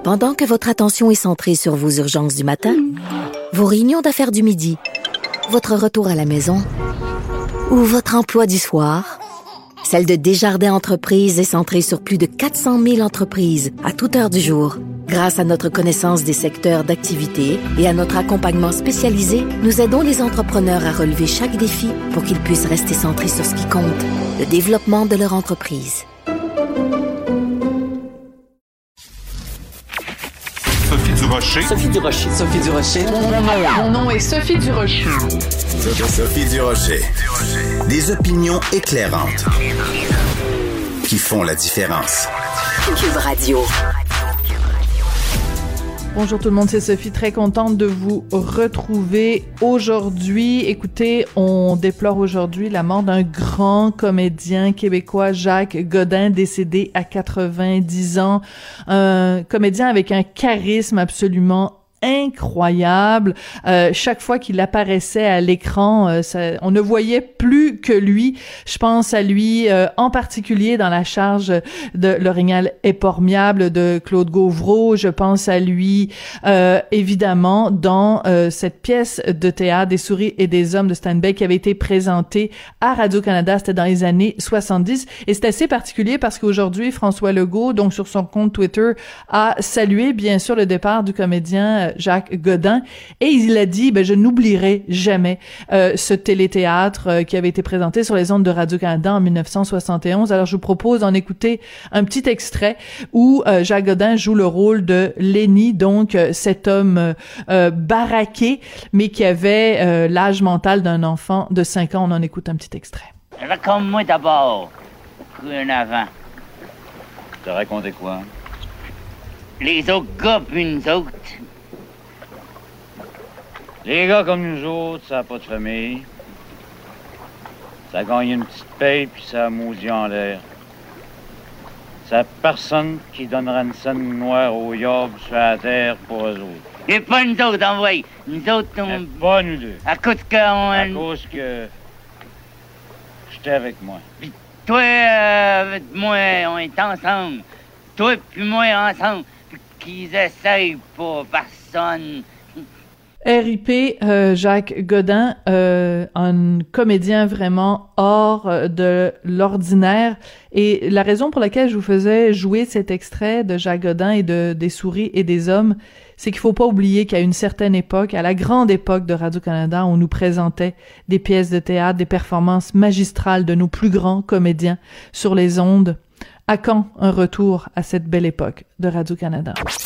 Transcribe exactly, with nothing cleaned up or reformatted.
Pendant que votre attention est centrée sur vos urgences du matin, vos réunions d'affaires du midi, votre retour à la maison ou votre emploi du soir, celle de Desjardins Entreprises est centrée sur plus de quatre cent mille entreprises à toute heure du jour. Grâce à notre connaissance des secteurs d'activité et à notre accompagnement spécialisé, nous aidons les entrepreneurs à relever chaque défi pour qu'ils puissent rester centrés sur ce qui compte, le développement de leur entreprise. Sophie Durocher. Sophie Durocher. Sophie Durocher. Mon nom, mon nom est Sophie Durocher. Sophie Durocher. Des opinions éclairantes qui font la différence. Cube Radio. Bonjour tout le monde, c'est Sophie, très contente de vous retrouver aujourd'hui. Écoutez, on déplore aujourd'hui la mort d'un grand comédien québécois, Jacques Godin, décédé à quatre-vingt-dix ans. Un comédien avec un charisme absolument incroyable. Euh, chaque fois qu'il apparaissait à l'écran, euh, ça, on ne voyait plus que lui. Je pense à lui euh, en particulier dans la charge de L'Orignal épormiable de Claude Gauvreau. Je pense à lui euh, évidemment dans euh, cette pièce de théâtre Des souris et des hommes de Steinbeck qui avait été présentée à Radio-Canada. C'était dans les années soixante-dix. Et c'est assez particulier parce qu'aujourd'hui, François Legault, donc sur son compte Twitter, a salué bien sûr le départ du comédien Jacques Godin, et il a dit ben, « Je n'oublierai jamais euh, ce téléthéâtre euh, qui avait été présenté sur les ondes de Radio-Canada en dix-neuf cent soixante et onze. » Alors, je vous propose d'en écouter un petit extrait où euh, Jacques Godin joue le rôle de Lénie, donc euh, cet homme euh, baraqué, mais qui avait euh, l'âge mental d'un enfant de cinq ans. On en écoute un petit extrait. Raconte-moi d'abord, un avant. T'as raconté quoi? Les autres gars puis nous autres. Les gars comme nous autres, ça n'a pas de famille. Ça gagne une petite paye puis ça a maudit en l'air. Ça a personne qui donnera une scène noire au yob sur la terre pour eux autres. Et pas nous autres, envoyez. Nous autres, on... Et pas nous deux. À cause qu'on... À cause que... J'étais avec moi. Pis toi, euh, avec moi, on est ensemble. Toi puis moi ensemble. Puis qu'ils essayent pas personne... R I P euh, Jacques Godin, euh, un comédien vraiment hors de l'ordinaire. Et la raison pour laquelle je vous faisais jouer cet extrait de Jacques Godin et de Des souris et des hommes, c'est qu'il faut pas oublier qu'à une certaine époque, à la grande époque de Radio-Canada, on nous présentait des pièces de théâtre, des performances magistrales de nos plus grands comédiens sur les ondes. À quand un retour à cette belle époque de Radio-Canada?